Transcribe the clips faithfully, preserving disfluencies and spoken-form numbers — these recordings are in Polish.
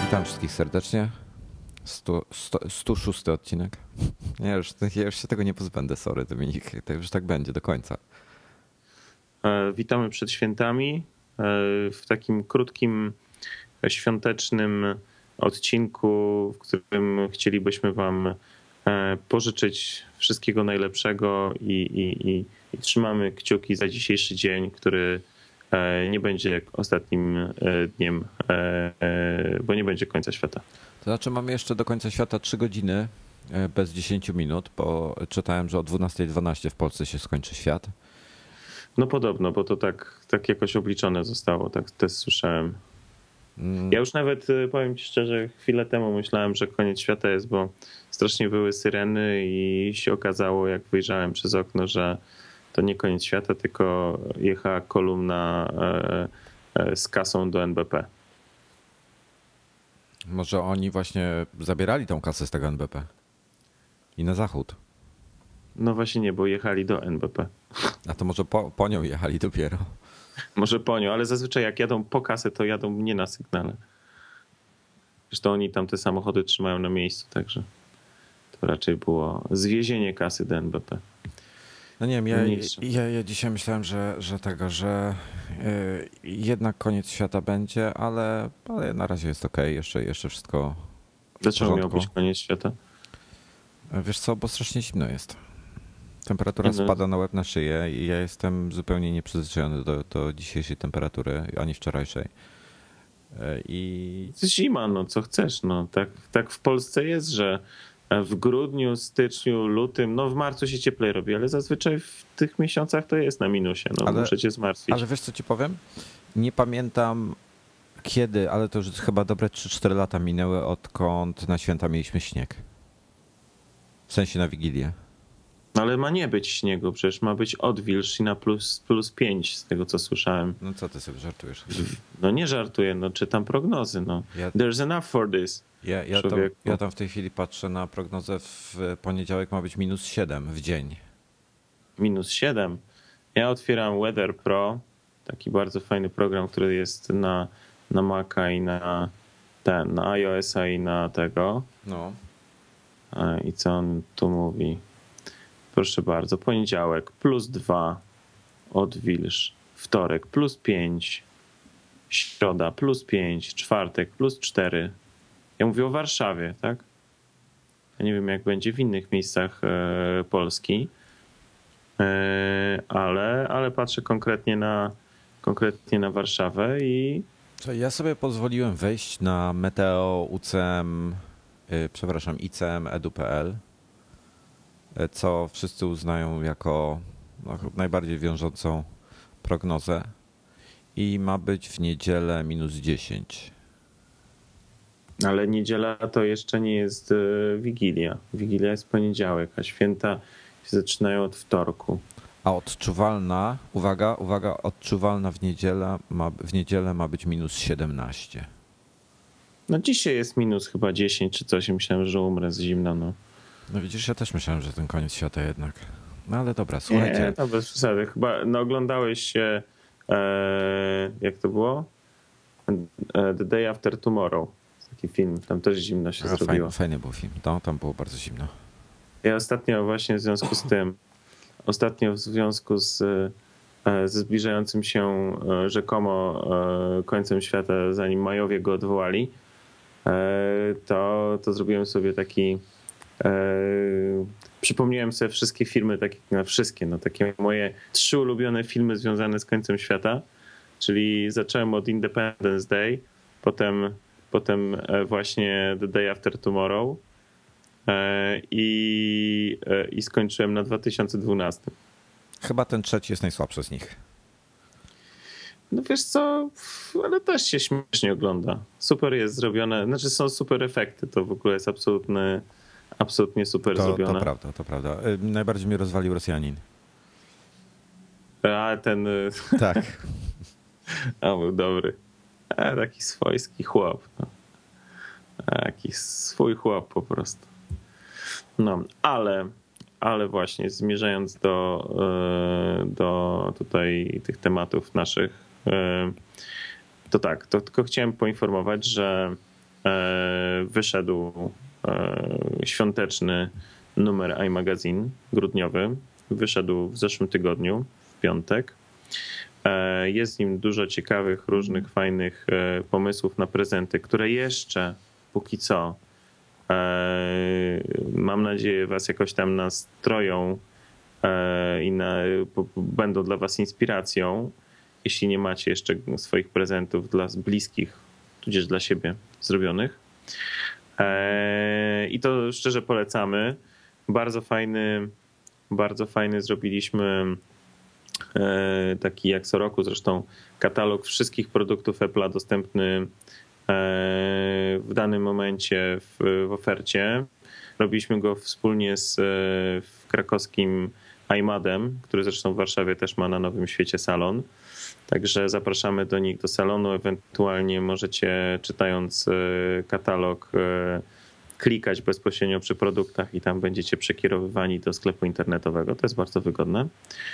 Witam wszystkich serdecznie. sto, sto, sto szósty odcinek. Ja już, ja już się tego nie pozbędę, sorry Dominik. To już tak będzie do końca. Witamy przed świętami w takim krótkim, świątecznym odcinku, w którym chcielibyśmy wam pożyczyć wszystkiego najlepszego i, i, i, i trzymamy kciuki za dzisiejszy dzień, który nie będzie jak ostatnim dniem, bo nie będzie końca świata. To znaczy mamy jeszcze do końca świata trzy godziny bez dziesięć minut, bo czytałem, że o dwunasta dwanaście w Polsce się skończy świat. No podobno, bo to tak, tak jakoś obliczone zostało, tak też słyszałem. Mm. Ja już nawet, powiem ci szczerze, chwilę temu myślałem, że koniec świata jest, bo strasznie były syreny i się okazało, jak wyjrzałem przez okno, że to nie koniec świata, tylko jechała kolumna z kasą do N B P. Może oni właśnie zabierali tą kasę z tego N B P i na zachód. No właśnie nie, bo jechali do N B P. A to może po, po nią jechali dopiero. Może po nią, ale zazwyczaj jak jadą po kasę, to jadą nie na sygnale. Zresztą oni tam te samochody trzymają na miejscu, także to raczej było zwiezienie kasy do N B P. No nie wiem, ja, ja, ja dzisiaj myślałem, że, że tego, że yy, jednak koniec świata będzie, ale, ale na razie jest okej, jeszcze, jeszcze wszystko. Dlaczego miał być koniec świata? Wiesz co, bo strasznie zimno jest. Temperatura no. spada na łeb, na szyję i ja jestem zupełnie nieprzyzwyczajony do, do dzisiejszej temperatury, ani wczorajszej. I... Zima, no co chcesz, no tak, tak w Polsce jest, że w grudniu, styczniu, lutym, no w marcu się cieplej robi, ale zazwyczaj w tych miesiącach to jest na minusie, no ale, muszę cię zmartwić. Ale wiesz co ci powiem? Nie pamiętam kiedy, ale to już chyba dobre trzy cztery lata minęły, odkąd na święta mieliśmy śnieg. W sensie na Wigilię. No ale ma nie być śniegu, przecież ma być odwilż i na plus, plus pięć z tego co słyszałem. No co ty sobie żartujesz? No nie żartuję, no czytam prognozy, no. Ja, There's enough for this. Ja, ja, tam, ja tam w tej chwili patrzę na prognozę, w poniedziałek ma być minus siedem w dzień. Minus siedem? Ja otwieram Weather Pro, taki bardzo fajny program, który jest na, na Maca i na ten, na iOS-a i na tego. No. I co on tu mówi? Proszę bardzo, poniedziałek plus dwa, odwilż, wtorek plus pięć, środa plus pięć, czwartek plus cztery. Ja mówię o Warszawie, tak? Ja nie wiem, jak będzie w innych miejscach e, Polski, e, ale, ale patrzę konkretnie na, konkretnie na Warszawę i... Co, ja sobie pozwoliłem wejść na Meteo U C M, yy, przepraszam, I C M Edu kropka P L, co wszyscy uznają jako no, najbardziej wiążącą prognozę i ma być w niedzielę minus dziesięć. Ale niedziela to jeszcze nie jest Wigilia. Wigilia jest poniedziałek, a święta się zaczynają od wtorku. A odczuwalna, uwaga, uwaga, odczuwalna w niedzielę ma, w niedzielę ma być minus siedemnaście. No dzisiaj jest minus chyba dziesięć czy coś. Myślałem, że umrę z zimna. No, no widzisz, ja też myślałem, że ten koniec świata jednak. No ale dobra, słuchajcie. Nie, to bez przesady. Chyba no, oglądałeś się, e, jak to było? The Day After Tomorrow. Taki film, tam też zimno się A, zrobiło. Fajny, fajny był film, no, tam było bardzo zimno. Ja ostatnio właśnie w związku z tym, ostatnio w związku z, ze zbliżającym się rzekomo końcem świata, zanim Majowie go odwołali, to, to zrobiłem sobie taki, przypomniałem sobie wszystkie filmy, takie, no wszystkie, no takie moje trzy ulubione filmy związane z końcem świata, czyli zacząłem od Independence Day, potem Potem właśnie The Day After Tomorrow i, i skończyłem na dwa tysiące dwunastym. Chyba ten trzeci jest najsłabszy z nich. No wiesz co, ale też się śmiesznie ogląda. Super jest zrobione, znaczy są super efekty, to w ogóle jest absolutny, absolutnie super to, zrobione. To prawda, to prawda. Najbardziej mnie rozwalił Rosjanin. A ten... Tak. A był dobry. A, taki swojski chłop. No. Taki swój chłop po prostu. No, ale, ale właśnie zmierzając do, do tutaj tych tematów naszych, to tak, to tylko chciałem poinformować, że wyszedł świąteczny numer iMagazine grudniowy. Wyszedł w zeszłym tygodniu, w piątek. Jest w nim dużo ciekawych, różnych fajnych pomysłów na prezenty, które jeszcze póki co, mam nadzieję, was jakoś tam nastroją i na, będą dla was inspiracją, jeśli nie macie jeszcze swoich prezentów dla bliskich, tudzież dla siebie zrobionych. I to szczerze polecamy. Bardzo fajny, bardzo fajny zrobiliśmy taki jak co roku zresztą katalog wszystkich produktów Apple'a dostępny w danym momencie w, w ofercie. Robiliśmy go wspólnie z krakowskim iMadem, który zresztą w Warszawie też ma na Nowym Świecie salon. Także zapraszamy do nich do salonu. Ewentualnie możecie, czytając katalog, klikać bezpośrednio przy produktach i tam będziecie przekierowywani do sklepu internetowego. To jest bardzo wygodne.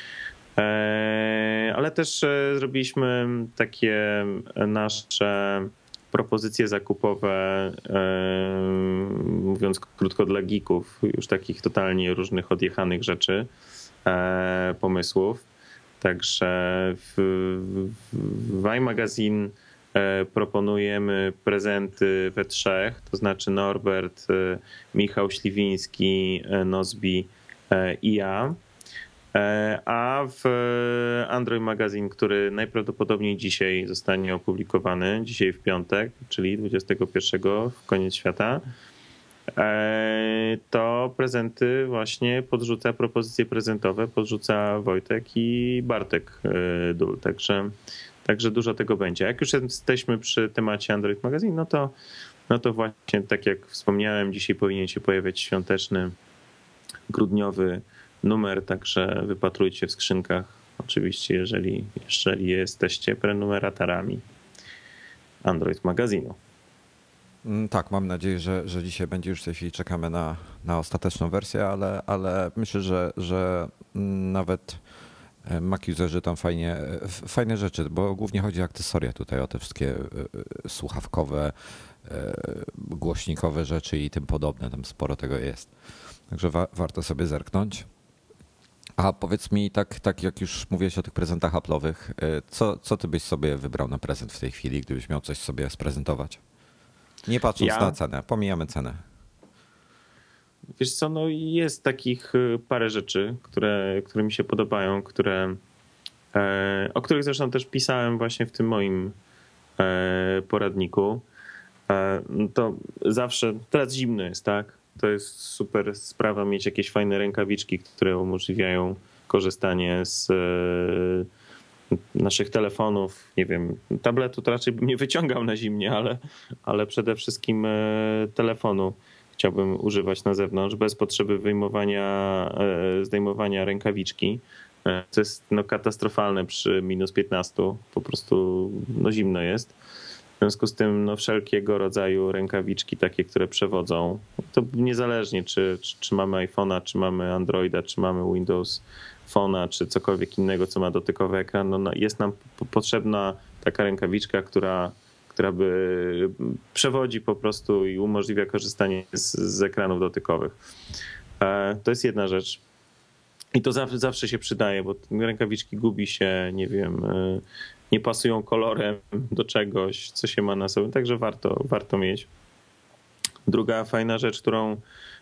Ale też zrobiliśmy takie nasze propozycje zakupowe, mówiąc krótko, dla geeków, już takich totalnie różnych odjechanych rzeczy, pomysłów. Także w, w iMagazine proponujemy prezenty we trzech, to znaczy Norbert, Michał Śliwiński, Nozbi i ja. A w Android Magazine, który najprawdopodobniej dzisiaj zostanie opublikowany, dzisiaj w piątek, czyli dwudziestego pierwszego, w koniec świata, to prezenty właśnie podrzuca, propozycje prezentowe podrzuca Wojtek i Bartek Dul. Także, także dużo tego będzie. Jak już jesteśmy przy temacie Android Magazine, no to, no to właśnie tak jak wspomniałem, dzisiaj powinien się pojawiać świąteczny, grudniowy numer, także wypatrujcie w skrzynkach, oczywiście, jeżeli, jeżeli jesteście prenumeratorami Android Magazynu. Tak, mam nadzieję, że, że dzisiaj będzie, już w tej chwili czekamy na, na ostateczną wersję, ale, ale myślę, że, że nawet Mac-userzy tam fajnie, fajne rzeczy, bo głównie chodzi o akcesoria tutaj, o te wszystkie słuchawkowe, głośnikowe rzeczy i tym podobne, tam sporo tego jest. Także wa- warto sobie zerknąć. A powiedz mi, tak, tak jak już mówiłeś o tych prezentach Apple'owych, co, co ty byś sobie wybrał na prezent w tej chwili, gdybyś miał coś sobie sprezentować? Nie patrząc ja? na cenę, pomijamy cenę. Wiesz co, no jest takich parę rzeczy, które, które mi się podobają, które, o których zresztą też pisałem właśnie w tym moim poradniku. To zawsze, teraz zimno jest, tak? To jest super sprawa mieć jakieś fajne rękawiczki, które umożliwiają korzystanie z naszych telefonów. Nie wiem, tabletu to raczej bym nie wyciągał na zimnie, ale, ale przede wszystkim telefonu chciałbym używać na zewnątrz bez potrzeby wyjmowania, zdejmowania rękawiczki. To jest no, katastrofalne przy minus piętnaście, po prostu no, zimno jest. W związku z tym no, wszelkiego rodzaju rękawiczki takie, które przewodzą, to niezależnie czy, czy, czy mamy iPhone'a, czy mamy Androida, czy mamy Windows Phone'a, czy cokolwiek innego, co ma dotykowy ekran, no, jest nam potrzebna taka rękawiczka, która, która by przewodzi po prostu i umożliwia korzystanie z, z ekranów dotykowych. To jest jedna rzecz. I to zawsze, zawsze się przydaje, bo rękawiczki gubi się, nie wiem, nie pasują kolorem do czegoś, co się ma na sobie, także warto, warto mieć. Druga fajna rzecz, którą,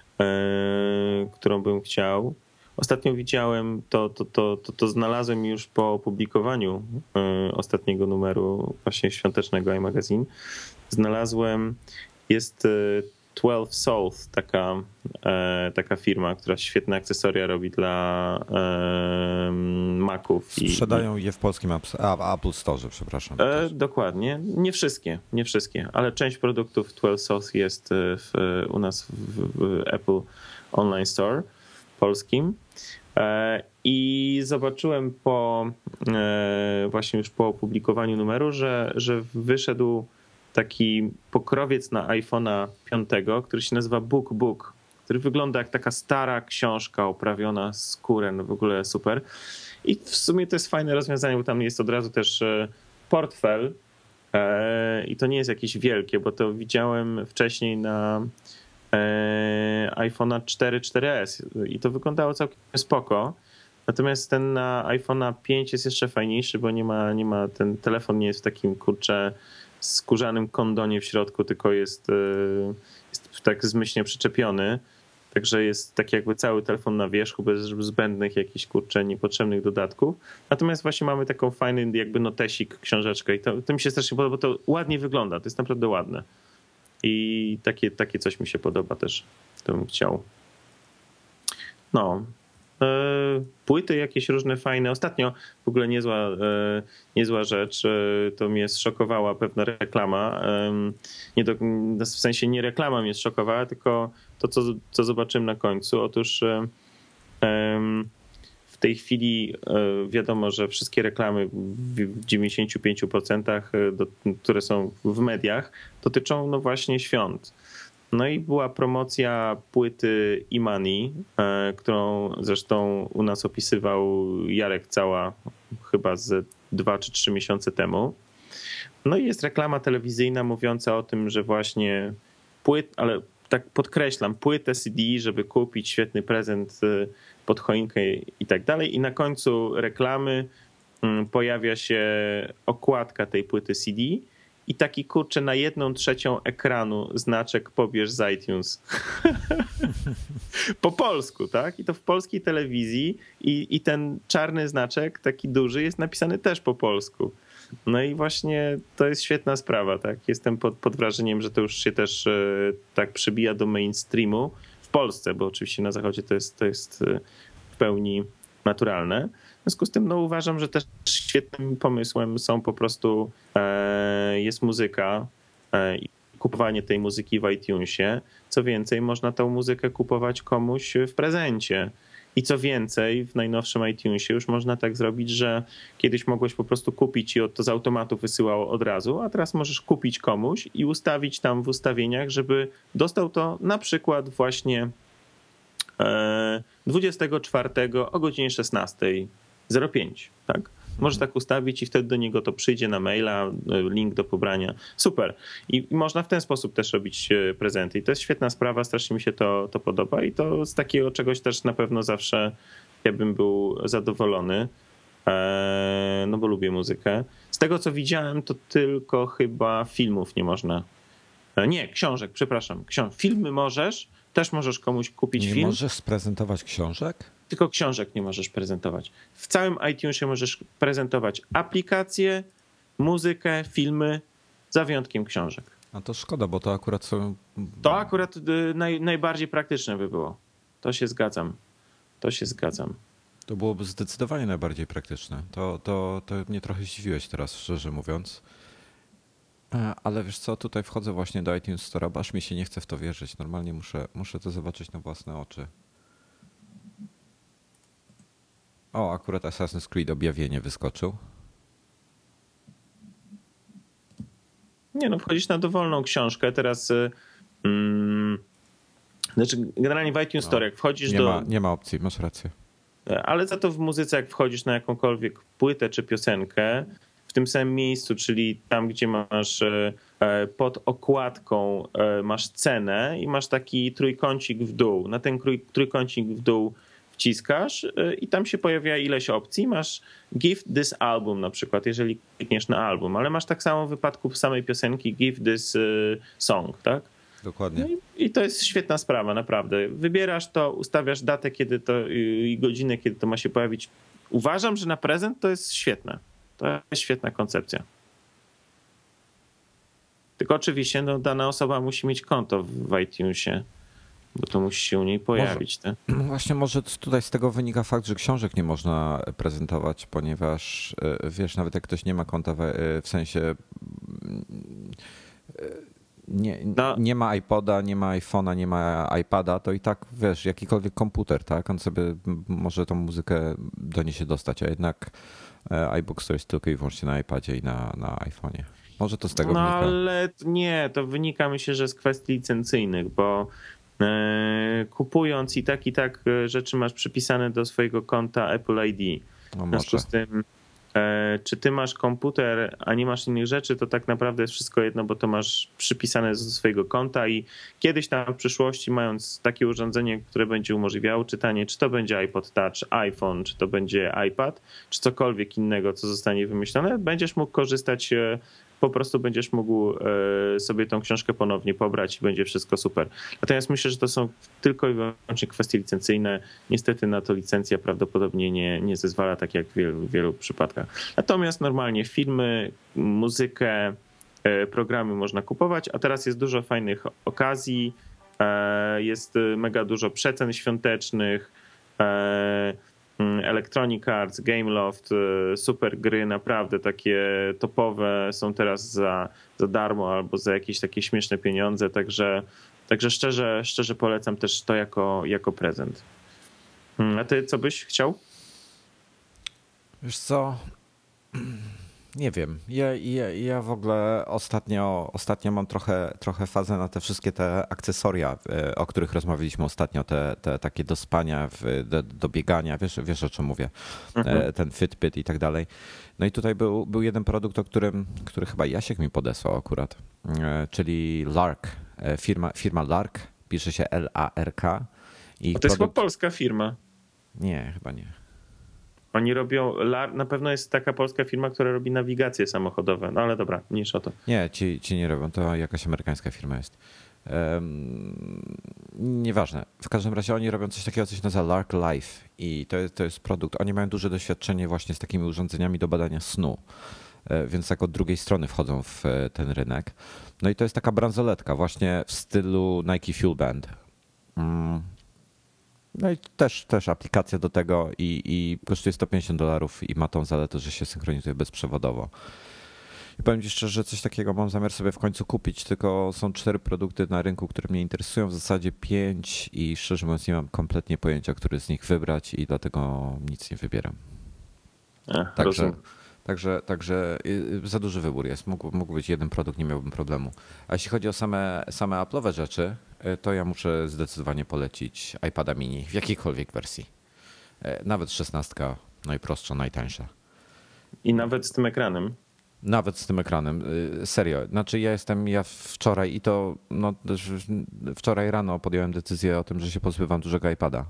którą bym chciał. Ostatnio widziałem, to, to, to, to, to znalazłem już po opublikowaniu ostatniego numeru właśnie świątecznego iMagazine. Znalazłem, jest twelve Souls, taka, taka firma, która świetne akcesoria robi dla Maców. Sprzedają i, je w polskim Apple Store, przepraszam. E, dokładnie. Nie wszystkie, nie wszystkie, ale część produktów twelve Souls jest w, u nas w, w Apple Online Store polskim. E, I zobaczyłem po właśnie już po opublikowaniu numeru, że, że wyszedł taki pokrowiec na iPhone'a piątego, który się nazywa Book Book, który wygląda jak taka stara książka oprawiona skórę, no w ogóle super. I w sumie to jest fajne rozwiązanie, bo tam jest od razu też portfel I to nie jest jakieś wielkie, bo to widziałem wcześniej na iPhone'a cztery, cztery S i to wyglądało całkiem spoko. Natomiast ten na iPhone'a pięć jest jeszcze fajniejszy, bo nie ma, nie ma, ten telefon nie jest w takim, kurczę, skórzanym kondonie w środku, tylko jest, jest tak zmyślnie przyczepiony. Także jest tak jakby cały telefon na wierzchu, bez zbędnych jakichś, kurczę, niepotrzebnych dodatków. Natomiast właśnie mamy taką fajny jakby notesik, książeczkę i to, to mi się strasznie podoba, bo to ładnie wygląda, to jest naprawdę ładne. I takie, takie coś mi się podoba też, to bym chciał. No, płyty jakieś różne fajne. Ostatnio w ogóle niezła, niezła rzecz, to mnie zszokowała pewna reklama. Nie do, w sensie nie reklama mnie zszokowała, tylko to, co, co zobaczyłem na końcu. Otóż w tej chwili wiadomo, że wszystkie reklamy w dziewięćdziesięciu pięciu procentach, które są w mediach, dotyczą no właśnie świąt. No i była promocja płyty Imani, którą zresztą u nas opisywał Jarek Cała chyba z dwa czy trzy miesiące temu. No i jest reklama telewizyjna mówiąca o tym, że właśnie płyt, ale tak podkreślam, płytę C D, żeby kupić świetny prezent pod choinkę i tak dalej. I na końcu reklamy pojawia się okładka tej płyty C D i taki, kurczę, na jedną trzecią ekranu znaczek pobierz z iTunes. Po polsku, tak? I to w polskiej telewizji i, i ten czarny znaczek, taki duży, jest napisany też po polsku. No i właśnie to jest świetna sprawa, tak? Jestem pod, pod wrażeniem, że to już się też e, tak przybija do mainstreamu w Polsce, bo oczywiście na zachodzie to jest, to jest w pełni naturalne. W związku z tym no, uważam, że też świetnym pomysłem są po prostu e, jest muzyka e, i kupowanie tej muzyki w iTunesie. Co więcej, można tą muzykę kupować komuś w prezencie. I co więcej, w najnowszym iTunesie już można tak zrobić, że kiedyś mogłeś po prostu kupić i to z automatu wysyłało od razu, a teraz możesz kupić komuś i ustawić tam w ustawieniach, żeby dostał to na przykład właśnie dwudziestego czwartego o godzinie szesnastej zero pięć, tak? Możesz tak ustawić i wtedy do niego to przyjdzie na maila, link do pobrania. Super. I można w ten sposób też robić prezenty. I to jest świetna sprawa, strasznie mi się to, to podoba i to z takiego czegoś też na pewno zawsze ja bym był zadowolony, no bo lubię muzykę. Z tego co widziałem, to tylko chyba filmów nie można. Nie, książek, przepraszam. Książ- Filmy możesz, też możesz komuś kupić nie film. Nie możesz sprezentować książek? Tylko książek nie możesz prezentować. W całym iTunesie możesz prezentować aplikacje, muzykę, filmy, za wyjątkiem książek. A to szkoda, bo to akurat są... To akurat naj, najbardziej praktyczne by było. To się zgadzam. To się zgadzam. To byłoby zdecydowanie najbardziej praktyczne. To, to, to mnie trochę zdziwiłeś teraz, szczerze mówiąc. Ale wiesz co, tutaj wchodzę właśnie do iTunes Store, bo aż mi się nie chce w to wierzyć. Normalnie muszę, muszę to zobaczyć na własne oczy. O, akurat Assassin's Creed objawienie wyskoczył. Nie no, wchodzisz na dowolną książkę. Teraz mm, znaczy generalnie w iTunes Store, jak wchodzisz nie do... Ma, nie ma opcji, masz rację. Ale za to w muzyce, jak wchodzisz na jakąkolwiek płytę czy piosenkę, w tym samym miejscu, czyli tam, gdzie masz pod okładką masz cenę i masz taki trójkącik w dół. Na ten trójkącik w dół wciskasz i tam się pojawia ileś opcji. Masz give this album na przykład, jeżeli klikniesz na album, ale masz tak samo w wypadku samej piosenki give this song, tak? Dokładnie. No i, i to jest świetna sprawa, naprawdę. Wybierasz to, ustawiasz datę kiedy to i godzinę, kiedy to ma się pojawić. Uważam, że na prezent to jest świetne. To jest świetna koncepcja. Tylko oczywiście no, dana osoba musi mieć konto w iTunesie, bo to musi się u niej pojawić. Może, tak? Właśnie może tutaj z tego wynika fakt, że książek nie można prezentować, ponieważ wiesz, nawet jak ktoś nie ma konta w, w sensie nie, no. nie ma iPoda, nie ma iPhone'a, nie ma iPada, to i tak wiesz, jakikolwiek komputer, tak? On sobie może tą muzykę do niej się dostać, a jednak iBooks to jest tylko i wyłącznie na iPadzie i na, na iPhone'ie. Może to z tego no, wynika. No ale nie, to wynika myślę, że z kwestii licencyjnych, bo e, kupując i tak i tak rzeczy masz przypisane do swojego konta Apple I D. No w związku z tym czy ty masz komputer, a nie masz innych rzeczy, to tak naprawdę jest wszystko jedno, bo to masz przypisane ze swojego konta i kiedyś tam w przyszłości, mając takie urządzenie, które będzie umożliwiało czytanie, czy to będzie iPod Touch, iPhone, czy to będzie iPad, czy cokolwiek innego, co zostanie wymyślone, będziesz mógł korzystać, po prostu będziesz mógł sobie tą książkę ponownie pobrać i będzie wszystko super. Natomiast myślę, że to są tylko i wyłącznie kwestie licencyjne. Niestety na to licencja prawdopodobnie nie, nie zezwala, tak jak w wielu, wielu przypadkach. Natomiast normalnie filmy, muzykę, programy można kupować, a teraz jest dużo fajnych okazji, jest mega dużo przecen świątecznych, Electronic Arts, Gameloft, super gry, naprawdę takie topowe są teraz za, za darmo albo za jakieś takie śmieszne pieniądze, także, także szczerze, szczerze polecam też to jako, jako prezent. A ty co byś chciał? Wiesz co, nie wiem. Ja, ja, ja w ogóle ostatnio, ostatnio mam trochę, trochę fazę na te wszystkie te akcesoria, o których rozmawialiśmy ostatnio, te, te takie do spania, do, do biegania, wiesz, wiesz o czym mówię, mhm. Ten Fitbit i tak dalej. No i tutaj był, był jeden produkt, o którym, który chyba Jasiek mi podesłał akurat, czyli Lark, firma, firma Lark, pisze się L A R K. I to produkt... jest chyba polska firma. Nie, chyba nie. Oni robią, na pewno jest taka polska firma, która robi nawigacje samochodowe, no ale dobra, mniejsza o to. Nie, ci, ci nie robią, to jakaś amerykańska firma jest. Um, nieważne. W każdym razie oni robią coś takiego, co się nazywa Lark Life i to jest, to jest produkt. Oni mają duże doświadczenie właśnie z takimi urządzeniami do badania snu, więc tak od drugiej strony wchodzą w ten rynek. No i to jest taka bransoletka właśnie w stylu Nike Fuel Band. Um, No i też, też aplikacja do tego i, i kosztuje sto pięćdziesiąt dolarów i ma tą zaletę, że się synchronizuje bezprzewodowo. I powiem ci szczerze, że coś takiego mam zamiar sobie w końcu kupić, tylko są cztery produkty na rynku, które mnie interesują, w zasadzie pięć i szczerze mówiąc nie mam kompletnie pojęcia, który z nich wybrać i dlatego nic nie wybieram. Ech, także, także, także za duży wybór jest. Mógł, mógł być jeden produkt, nie miałbym problemu. A jeśli chodzi o same, same Apple'owe rzeczy, to ja muszę zdecydowanie polecić iPada mini w jakiejkolwiek wersji. Nawet szesnastka, najprostsza, najtańsza. I nawet z tym ekranem? Nawet z tym ekranem. Serio. Znaczy ja jestem, ja wczoraj i to no, wczoraj rano podjąłem decyzję o tym, że się pozbywam dużego iPada.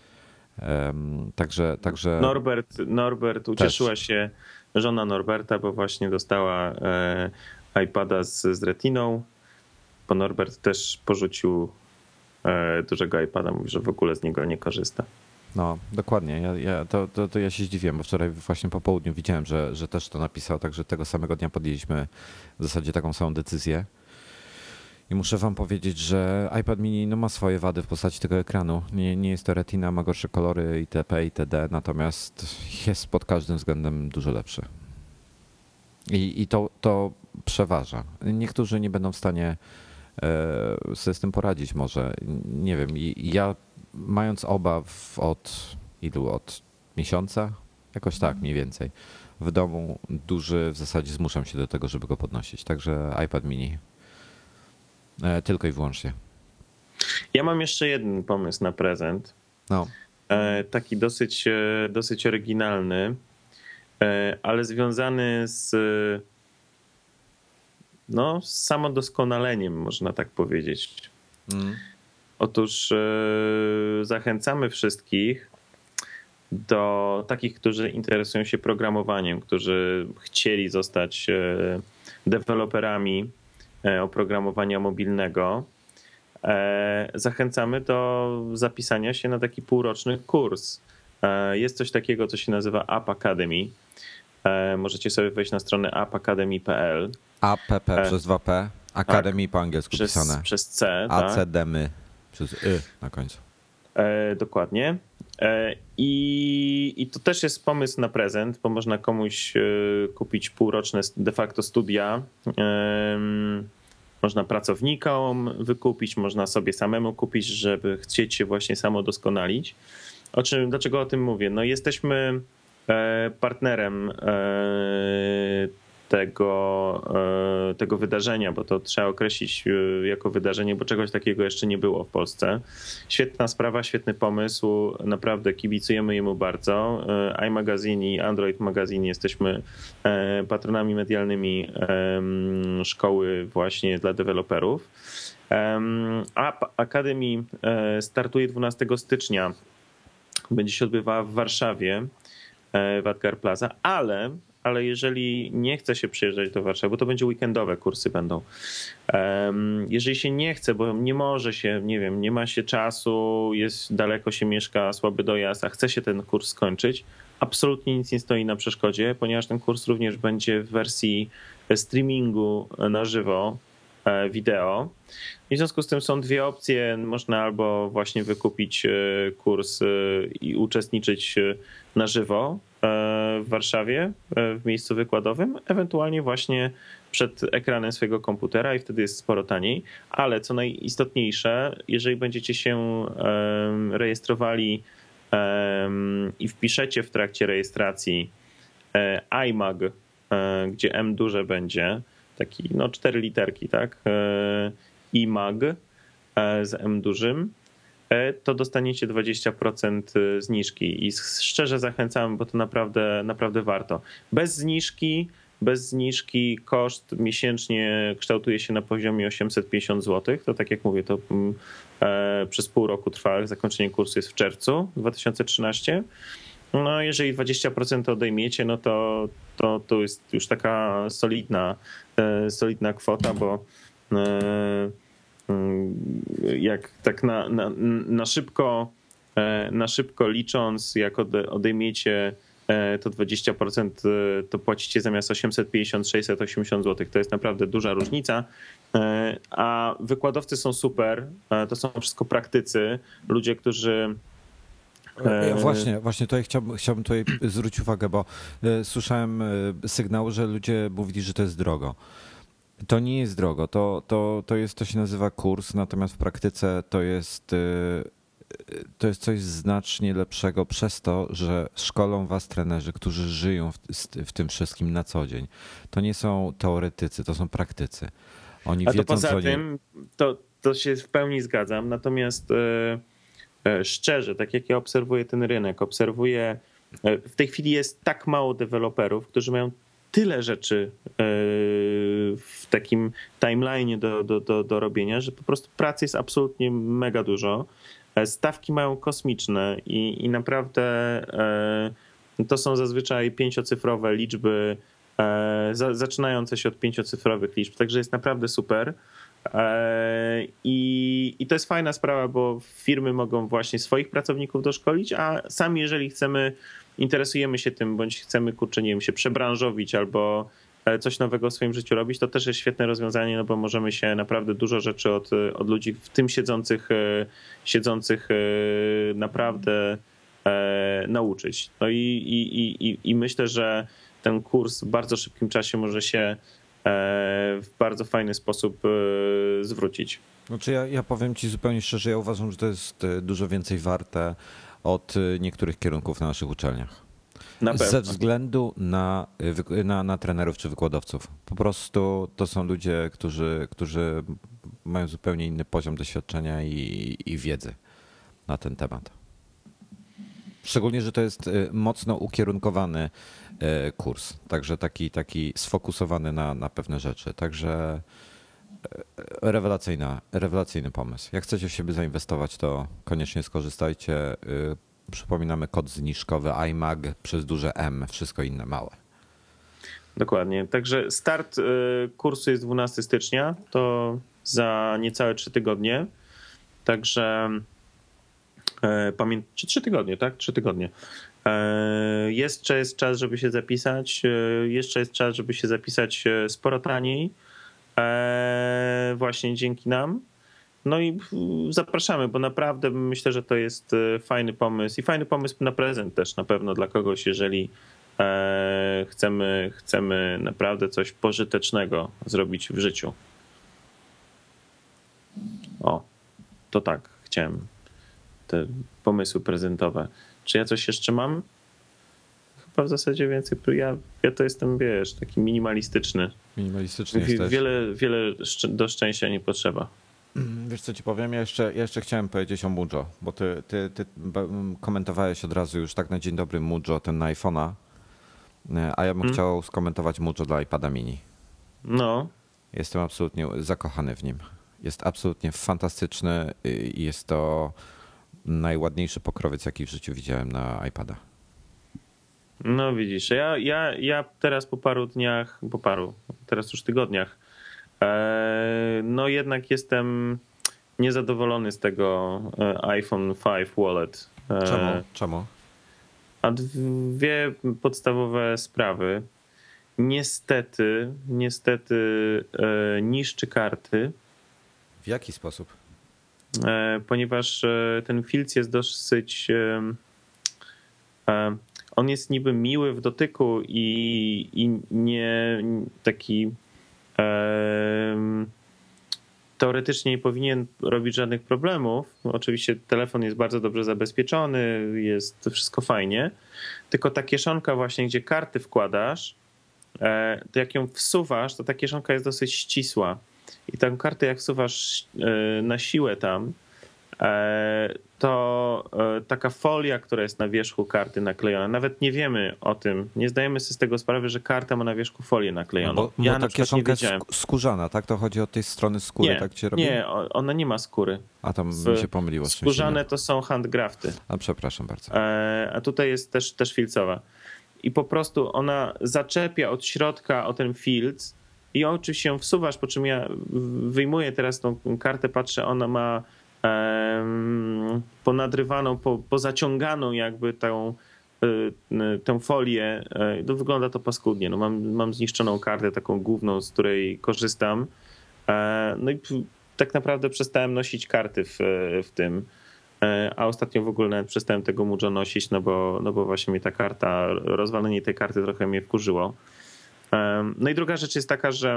Um, także, także... Norbert, Norbert ucieszyła też się żona Norberta, bo właśnie dostała e, iPada z, z Retiną. Bo Norbert też porzucił e, dużego iPada, mówi, że w ogóle z niego nie korzysta. No, dokładnie. Ja, ja, to, to, to ja się zdziwiłem, bo wczoraj właśnie po południu widziałem, że, że też to napisał, także tego samego dnia podjęliśmy w zasadzie taką samą decyzję. I muszę wam powiedzieć, że iPad mini no, ma swoje wady w postaci tego ekranu. Nie, nie jest to Retina, ma gorsze kolory itp. itd. Natomiast jest pod każdym względem dużo lepszy. I, i to, to przeważa. Niektórzy nie będą w stanie sobie z tym poradzić może. Nie wiem, ja mając obaw od ilu? Od miesiąca? Jakoś tak mniej więcej. W domu duży w zasadzie zmuszam się do tego, żeby go podnosić. Także iPad mini. Tylko i wyłącznie. Ja mam jeszcze jeden pomysł na prezent. No. Taki dosyć, dosyć oryginalny, ale związany z no, z samodoskonaleniem, można tak powiedzieć. Mm. Otóż yy, zachęcamy wszystkich do takich, którzy interesują się programowaniem, którzy chcieli zostać yy, deweloperami yy, oprogramowania mobilnego. Yy, zachęcamy do zapisania się na taki półroczny kurs. Yy, jest coś takiego, co się nazywa App Academy. Yy, możecie sobie wejść na stronę app academy kropka p l. A P P przez dwa P, Academy tak, po angielsku przez, pisane. Przez C. Academy przez Y na końcu. E, dokładnie. E, i, I to też jest pomysł na prezent, bo można komuś e, kupić półroczne de facto studia. E, można pracownikom wykupić, można sobie samemu kupić, żeby chcieć się właśnie samodoskonalić. O czym, dlaczego o tym mówię? No jesteśmy partnerem tego, tego wydarzenia, bo to trzeba określić jako wydarzenie, bo czegoś takiego jeszcze nie było w Polsce. Świetna sprawa, świetny pomysł, naprawdę kibicujemy jemu bardzo. iMagazine i Android Magazine jesteśmy patronami medialnymi szkoły właśnie dla deweloperów. App Academy startuje dwunastego stycznia. Będzie się odbywała w Warszawie, w Adgar Plaza, ale ale jeżeli nie chce się przyjeżdżać do Warszawy, bo to będzie weekendowe kursy będą. Jeżeli się nie chce, bo nie może się, nie wiem, nie ma się czasu, jest daleko się mieszka, słaby dojazd, a chce się ten kurs skończyć, absolutnie nic nie stoi na przeszkodzie, ponieważ ten kurs również będzie w wersji streamingu na żywo, wideo. I w związku z tym są dwie opcje. Można albo właśnie wykupić kurs i uczestniczyć na żywo w Warszawie, w miejscu wykładowym, ewentualnie właśnie przed ekranem swojego komputera i wtedy jest sporo taniej. Ale co najistotniejsze, jeżeli będziecie się rejestrowali i wpiszecie w trakcie rejestracji iMag, gdzie M duże będzie, taki no cztery literki, tak? iMag z M dużym, to dostaniecie dwadzieścia procent zniżki i szczerze zachęcam, bo to naprawdę, naprawdę warto. Bez zniżki, bez zniżki koszt miesięcznie kształtuje się na poziomie osiemset pięćdziesiąt złotych. To tak jak mówię, to przez pół roku trwa, zakończenie kursu jest w czerwcu dwa tysiące trzynastego. No jeżeli dwadzieścia procent odejmiecie, no to, to, to jest już taka solidna, solidna kwota, bo jak tak na, na, na szybko na szybko licząc, jak odejmiecie to dwadzieścia procent, to płacicie zamiast osiemset pięćdziesiąt sześćset osiemdziesiąt złotych. To jest naprawdę duża różnica. A wykładowcy są super. To są wszystko praktycy, ludzie, którzy Ja właśnie, właśnie tutaj chciałbym, chciałbym tutaj zwrócić uwagę, bo słyszałem sygnał, że ludzie mówili, że to jest drogo. To nie jest drogo, to, to, to, jest, to się nazywa kurs, natomiast w praktyce to jest, to jest coś znacznie lepszego przez to, że szkolą was trenerzy, którzy żyją w, w tym wszystkim na co dzień. To nie są teoretycy, to są praktycy. Oni A to wiedzą, poza co tym, oni... to, to się w pełni zgadzam, natomiast szczerze, tak jak ja obserwuję ten rynek, obserwuję, w tej chwili jest tak mało deweloperów, którzy mają tyle rzeczy w takim timeline'ie do, do, do, do robienia, że po prostu pracy jest absolutnie mega dużo. Stawki mają kosmiczne i, i naprawdę to są zazwyczaj pięciocyfrowe liczby, zaczynające się od pięciocyfrowych liczb, także jest naprawdę super. I, I to jest fajna sprawa, bo firmy mogą właśnie swoich pracowników doszkolić, a sami jeżeli chcemy, interesujemy się tym, bądź chcemy, kurczę, nie wiem, się przebranżowić albo coś nowego w swoim życiu robić, to też jest świetne rozwiązanie, no bo możemy się naprawdę dużo rzeczy od, od ludzi, w tym siedzących, siedzących naprawdę nauczyć. No i, i, i, i myślę, że ten kurs w bardzo szybkim czasie może się w bardzo fajny sposób zwrócić. Znaczy ja, ja powiem ci zupełnie szczerze, ja uważam, że to jest dużo więcej warte od niektórych kierunków na naszych uczelniach. Na pewno. Ze względu na, na, na trenerów czy wykładowców. Po prostu to są ludzie, którzy, którzy mają zupełnie inny poziom doświadczenia i, i wiedzy na ten temat. Szczególnie, że to jest mocno ukierunkowany kurs, także taki, taki sfokusowany na, na pewne rzeczy. Także rewelacyjna, rewelacyjny pomysł. Jak chcecie w siebie zainwestować, to koniecznie skorzystajcie. Przypominamy kod zniżkowy iMag przez duże M, wszystko inne małe. Dokładnie. Także start kursu jest dwunastego stycznia, to za niecałe trzy tygodnie. Także pamiętajcie, trzy tygodnie, tak? Trzy tygodnie. Jeszcze jest czas, żeby się zapisać. Jeszcze jest czas, żeby się zapisać sporo taniej. Właśnie dzięki nam. No i zapraszamy, bo naprawdę myślę, że to jest fajny pomysł i fajny pomysł na prezent też na pewno dla kogoś, jeżeli chcemy, chcemy naprawdę coś pożytecznego zrobić w życiu. O, to tak, chciałem te pomysły prezentowe. Czy ja coś jeszcze mam? chyba w zasadzie więcej. Ja, ja to jestem, wiesz, taki minimalistyczny. Minimalistyczny Wie- jesteś. Wiele, wiele szcz- do szczęścia nie potrzeba. Wiesz co ci powiem? Ja jeszcze, ja jeszcze chciałem powiedzieć o Mujo, bo ty, ty, ty b- komentowałeś od razu już tak na dzień dobry Mujo, ten na iPhone'a, e, a ja bym Hmm? chciał skomentować Mujo dla iPada mini. No, Jestem absolutnie zakochany w nim. Jest absolutnie fantastyczny i jest to najładniejszy pokrowiec, jaki w życiu widziałem na iPada. no widzisz, ja, ja, ja teraz po paru dniach, po paru, teraz już tygodniach, e, no jednak jestem niezadowolony z tego e, iPhone pięć Wallet. E, Czemu? Czemu? A dwie podstawowe sprawy. Niestety, niestety e, niszczy karty, W jaki sposób? e, ponieważ e, ten filc jest dosyć. E, e, on jest niby miły w dotyku i, i nie taki. E, teoretycznie nie powinien robić żadnych problemów. Oczywiście telefon jest bardzo dobrze zabezpieczony, jest wszystko fajnie. Tylko ta kieszonka właśnie, gdzie karty wkładasz, e, to jak ją wsuwasz, to ta kieszonka jest dosyć ścisła. I tę kartę jak wsuwasz e, na siłę tam, e, to e, taka folia, która jest na wierzchu karty naklejona, nawet nie wiemy o tym, nie zdajemy sobie z tego sprawy, że karta ma na wierzchu folię naklejoną. Bo, ja bo na ta przykład nie kieszonka jest wiedziałem. sk- skórzana, tak? To chodzi o tej strony skóry, Nie, tak cię robi? nie, o- ona nie ma skóry. A tam w- mi się pomyliło z czymś Skórzane innym. to są handgrafty, A przepraszam bardzo. e, a tutaj jest też, też filcowa. I po prostu ona zaczepia od środka o ten filc i oczywiście ją wsuwasz, po czym ja wyjmuję teraz tą kartę, patrzę, ona ma em, ponadrywaną, po, pozaciąganą jakby tą, y, tę folię. E, To wygląda to paskudnie. No mam, mam zniszczoną kartę taką główną, z której korzystam. E, No i p- tak naprawdę przestałem nosić karty w, w tym. E, A ostatnio w ogóle nawet przestałem tego Mujo nosić, no bo, no bo właśnie mnie ta karta, rozwalenie tej karty trochę mnie wkurzyło. E, No i druga rzecz jest taka, że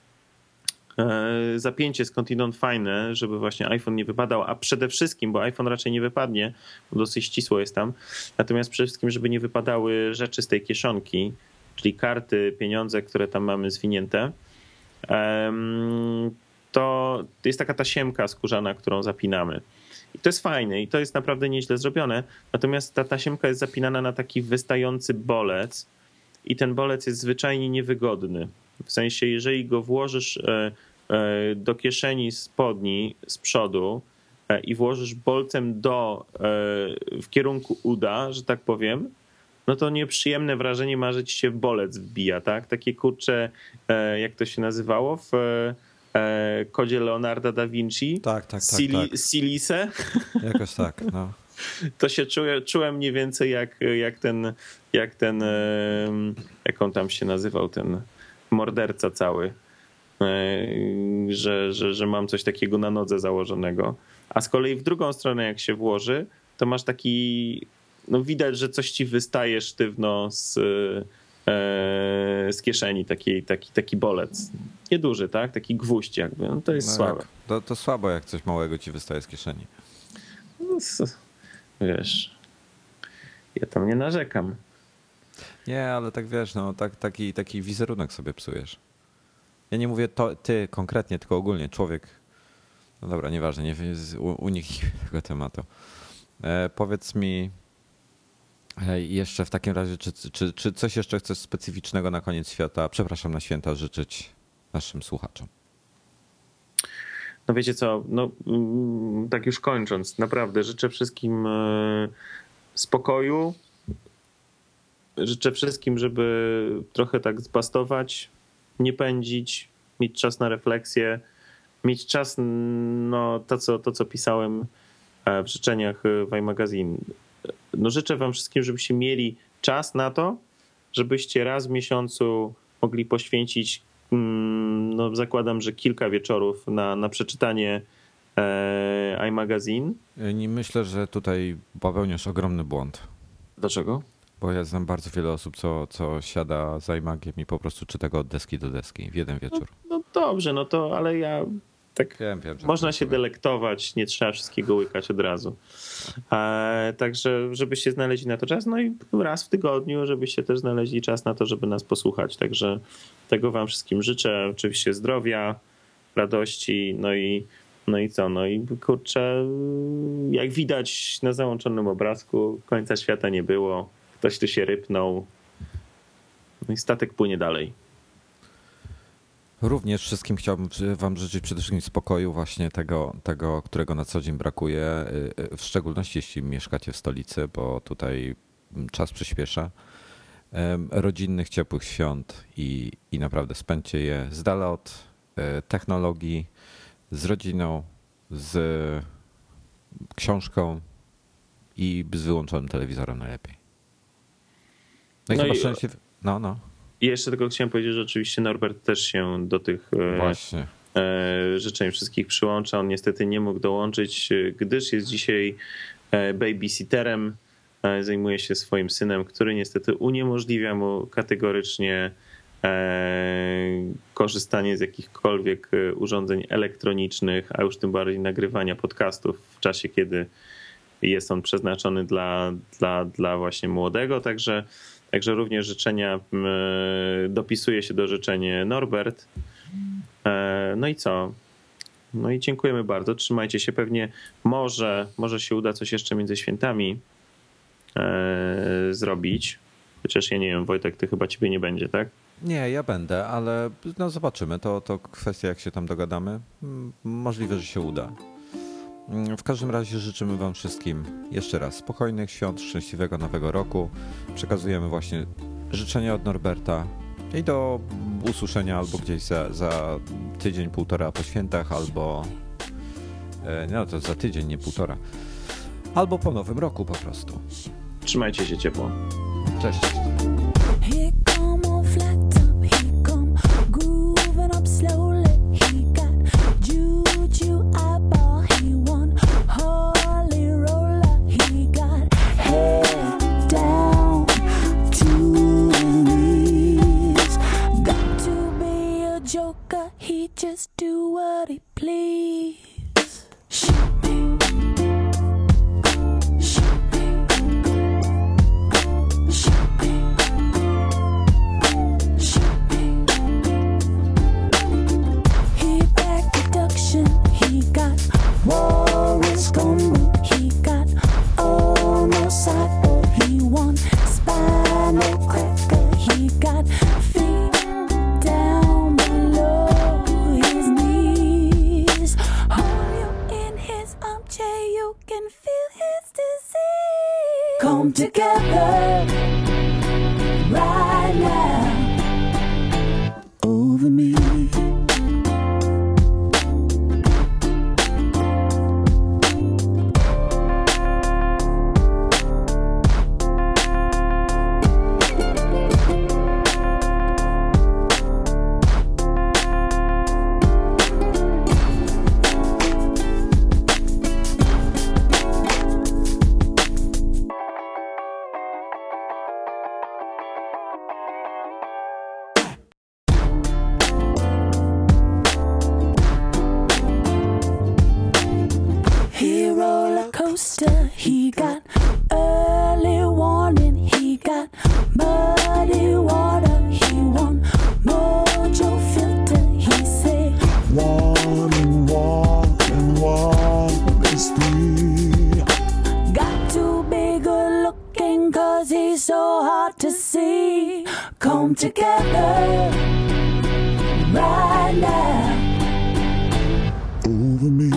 e, zapięcie skądinąd fajne, żeby właśnie iPhone nie wypadał, a przede wszystkim, bo iPhone raczej nie wypadnie, bo dosyć ścisło jest tam, natomiast przede wszystkim, żeby nie wypadały rzeczy z tej kieszonki, czyli karty, pieniądze, które tam mamy zwinięte, em, to jest taka tasiemka skórzana, którą zapinamy. I to jest fajne i to jest naprawdę nieźle zrobione, natomiast ta tasiemka jest zapinana na taki wystający bolec i ten bolec jest zwyczajnie niewygodny. W sensie, jeżeli go włożysz e, e, do kieszeni spodni z przodu e, i włożysz bolcem do, e, w kierunku uda, że tak powiem, no to nieprzyjemne wrażenie ma, że ci się bolec wbija, tak? Takie kurcze, e, jak to się nazywało w e, kodzie Leonarda da Vinci? Tak, tak, tak, Sili, tak. Silise? Jakoś tak, no. To się czułem, czułem mniej więcej jak, jak ten, jak ten, em, jak on tam się nazywał, ten morderca cały, e, że, że, że mam coś takiego na nodze założonego. A z kolei w drugą stronę jak się włoży, to masz taki, no widać, że coś ci wystaje sztywno z, e, z kieszeni, taki, taki, taki bolec. Nieduży, tak? Taki gwóźdź jakby. No to jest No słabe. jak, to, to słabo, jak coś małego ci wystaje z kieszeni. No, s- wiesz, ja tam nie narzekam. Nie, ale tak wiesz, no tak, taki, taki wizerunek sobie psujesz. Ja nie mówię to ty konkretnie, tylko ogólnie człowiek. No dobra, nieważne, nie z- u- uniknij tego tematu. E, powiedz mi e, jeszcze w takim razie, czy, czy, czy coś jeszcze chcesz specyficznego na koniec świata, przepraszam, na święta życzyć naszym słuchaczom? No wiecie co, no mm, tak już kończąc, naprawdę życzę wszystkim e, spokoju. Życzę wszystkim, żeby trochę tak zbastować, nie pędzić, mieć czas na refleksję, mieć czas, no to co, to, co pisałem e, w życzeniach w iMagazine. No życzę wam wszystkim, żebyście mieli czas na to, żebyście raz w miesiącu mogli poświęcić, mm, no zakładam, że kilka wieczorów na, na przeczytanie e, iMagazine. E, nie myślę, że tutaj popełniasz ogromny błąd. Dlaczego? Bo ja znam bardzo wiele osób, co, co siada za iMagiem i po prostu czyta go od deski do deski w jeden wieczór. No dobrze, no to, ale ja tak wiem, wiem, można się delektować, nie trzeba wszystkiego łykać od razu. E, także żebyście znaleźli na to czas, no i raz w tygodniu, żebyście też znaleźli czas na to, żeby nas posłuchać. Także tego wam wszystkim życzę. Oczywiście zdrowia, radości, no i no i co? No i kurczę, jak widać na załączonym obrazku, końca świata nie było. Ktoś tu się rypnął. No i statek płynie dalej. Również wszystkim chciałbym wam życzyć przede wszystkim spokoju, właśnie tego, tego, którego na co dzień brakuje, w szczególności jeśli mieszkacie w stolicy, bo tutaj czas przyspiesza. Rodzinnych, ciepłych świąt i, i naprawdę spędźcie je z dala od technologii, z rodziną, z książką i z wyłączonym telewizorem najlepiej. No i no chyba i... szczęście... No, no. I jeszcze tylko chciałem powiedzieć, że oczywiście Norbert też się do tych Właśnie. życzeń wszystkich przyłącza. On niestety nie mógł dołączyć, gdyż jest dzisiaj babysitterem. Zajmuje się swoim synem, który niestety uniemożliwia mu kategorycznie korzystanie z jakichkolwiek urządzeń elektronicznych, a już tym bardziej nagrywania podcastów w czasie, kiedy jest on przeznaczony dla, dla, dla właśnie młodego. Także Także również życzenia, dopisuje się do życzenia Norbert. No i co? No i dziękujemy bardzo. Trzymajcie się. Pewnie może, może się uda coś jeszcze między świętami zrobić. Chociaż ja nie wiem, Wojtek, ty chyba ciebie nie będzie, tak? Nie, ja będę, ale no zobaczymy. To, to kwestia, jak się tam dogadamy. Możliwe, że się uda. W każdym razie życzymy wam wszystkim jeszcze raz spokojnych świąt, szczęśliwego nowego roku. Przekazujemy właśnie życzenia od Norberta i do usłyszenia albo gdzieś za, za tydzień, półtora po świętach, albo no to za tydzień, nie półtora, albo po nowym roku po prostu. Trzymajcie się ciepło. Cześć. Just do what he please. Shoot me. Shoot me. Shoot me. Shoot me. He back production. He got war risk on me. He got almost cycle. He won spinal cracker. He got feet down below. You can feel his disease. Come together right now over me. He got early warning. He got muddy water. He won mojo filter. He said, one and one and one is three. Got to be good looking 'cause he's so hard to see. Come together right now over me.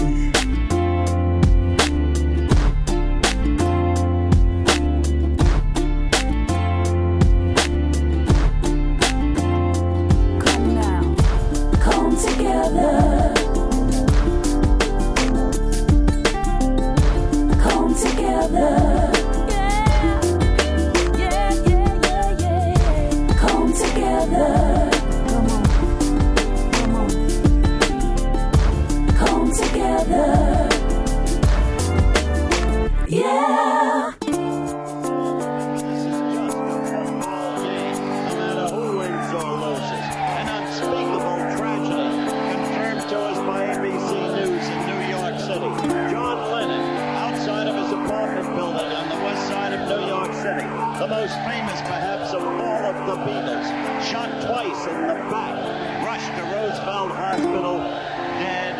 Come together. Yeah. Yeah, yeah, yeah, yeah. Come together. Come on. Come on. Come together. Yeah. An unspeakable tragedy confirmed to us by the most famous perhaps of all of the Beatles, shot twice in the back, rushed to Roosevelt Hospital, and